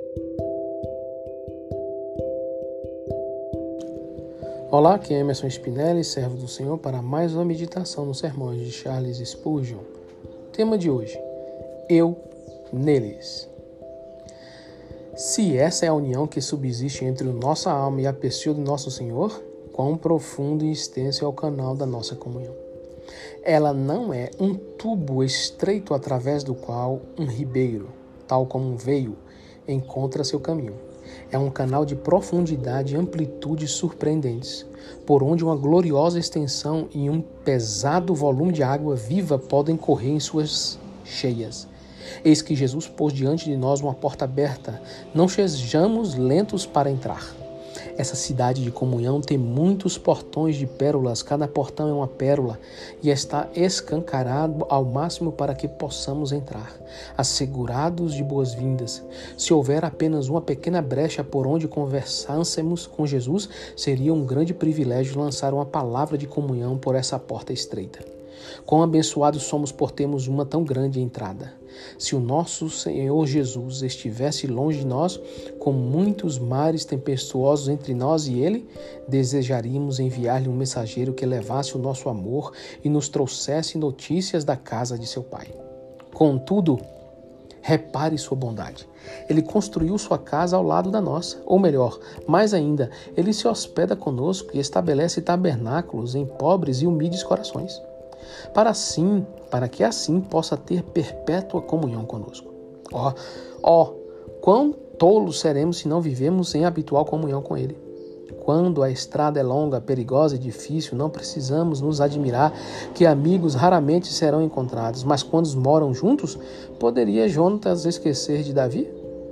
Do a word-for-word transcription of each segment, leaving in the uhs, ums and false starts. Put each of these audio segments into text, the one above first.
Olá, aqui é Emerson Spinelli, servo do Senhor, para mais uma meditação nos sermões de Charles Spurgeon. Tema de hoje: Eu neles. Se essa é a união que subsiste entre a nossa alma e a pessoa do nosso Senhor, quão profundo e extenso é o canal da nossa comunhão. Ela não é um tubo estreito através do qual um ribeiro, tal como um veio, encontra seu caminho. É um canal de profundidade e amplitude surpreendentes, por onde uma gloriosa extensão e um pesado volume de água viva podem correr em suas cheias. Eis que Jesus pôs diante de nós uma porta aberta, não sejamos lentos para entrar. Essa cidade de comunhão tem muitos portões de pérolas, cada portão é uma pérola e está escancarado ao máximo para que possamos entrar, assegurados de boas-vindas. Se houver apenas uma pequena brecha por onde conversássemos com Jesus, seria um grande privilégio lançar uma palavra de comunhão por essa porta estreita. Quão abençoados somos por termos uma tão grande entrada. Se o nosso Senhor Jesus estivesse longe de nós, com muitos mares tempestuosos entre nós e Ele, desejaríamos enviar-lhe um mensageiro que levasse o nosso amor e nos trouxesse notícias da casa de seu Pai. Contudo, repare sua bondade. Ele construiu sua casa ao lado da nossa, ou melhor, mais ainda, Ele se hospeda conosco e estabelece tabernáculos em pobres e humildes corações. Para assim, para que assim possa ter perpétua comunhão conosco. Ó, ó, quão tolos seremos se não vivemos em habitual comunhão com Ele. Quando a estrada é longa, perigosa e difícil, não precisamos nos admirar que amigos raramente serão encontrados, mas quando moram juntos, poderia Jonatas esquecer de Davi?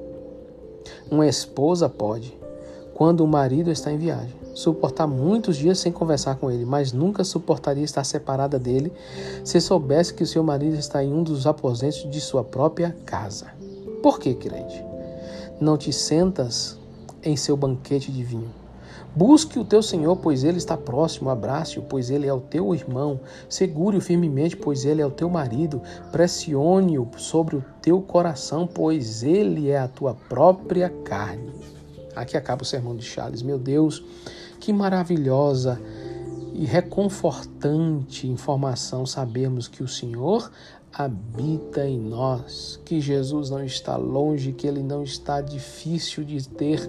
Uma esposa pode, quando o marido está em viagem, suportar muitos dias sem conversar com ele, mas nunca suportaria estar separada dele se soubesse que o seu marido está em um dos aposentos de sua própria casa. Por que, crente? Não te sentas em seu banquete de vinho. Busque o teu Senhor, pois Ele está próximo. Abrace-o, pois Ele é o teu irmão. Segure-o firmemente, pois Ele é o teu marido. Pressione-o sobre o teu coração, pois Ele é a tua própria carne. Aqui acaba o sermão de Charles. Meu Deus, que maravilhosa e reconfortante informação sabermos que o Senhor habita em nós, que Jesus não está longe, que Ele não está difícil de ter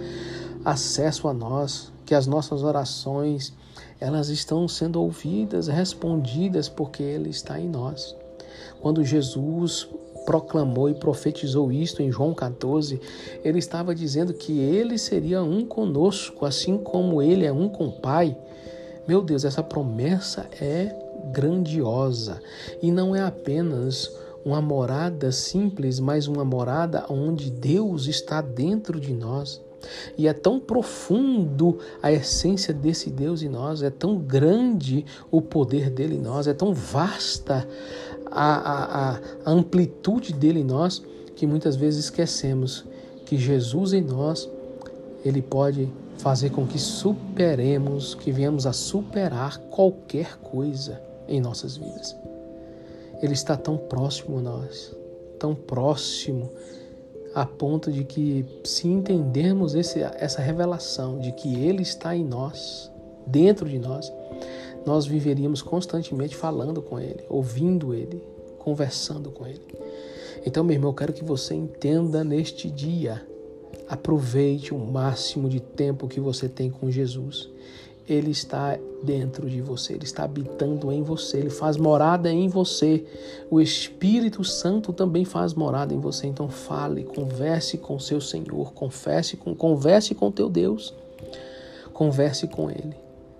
acesso a nós, que as nossas orações elas estão sendo ouvidas, respondidas, porque Ele está em nós. Quando Jesus proclamou e profetizou isto em João catorze, ele estava dizendo que ele seria um conosco, assim como ele é um com o Pai. Meu Deus, essa promessa é grandiosa e não é apenas uma morada simples, mas uma morada onde Deus está dentro de nós. E é tão profundo a essência desse Deus em nós, é tão grande o poder dele em nós, é tão vasta a, a, a amplitude dele em nós, que muitas vezes esquecemos que Jesus em nós, ele pode fazer com que superemos, que venhamos a superar qualquer coisa em nossas vidas. Ele está tão próximo a nós, tão próximo, a ponto de que, se entendermos esse, essa revelação de que Ele está em nós, dentro de nós, nós viveríamos constantemente falando com Ele, ouvindo Ele, conversando com Ele. Então, meu irmão, eu quero que você entenda neste dia, aproveite o máximo de tempo que você tem com Jesus. Ele está dentro de você, Ele está habitando em você, Ele faz morada em você. O Espírito Santo também faz morada em você. Então fale, converse com seu Senhor, confesse com, converse com teu Deus, converse com Ele.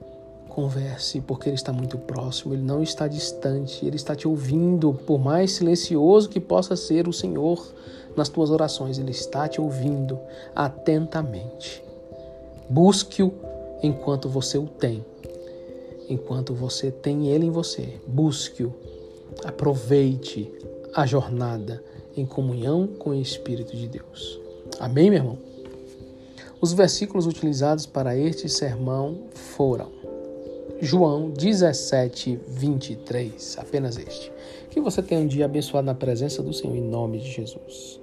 Converse, porque Ele está muito próximo, Ele não está distante, Ele está te ouvindo, por mais silencioso que possa ser o Senhor nas tuas orações, Ele está te ouvindo atentamente. Busque-o enquanto você o tem, enquanto você tem Ele em você. Busque-o, aproveite a jornada em comunhão com o Espírito de Deus. Amém, meu irmão? Os versículos utilizados para este sermão foram João dezessete, vinte e três, apenas este. Que você tenha um dia abençoado na presença do Senhor, em nome de Jesus.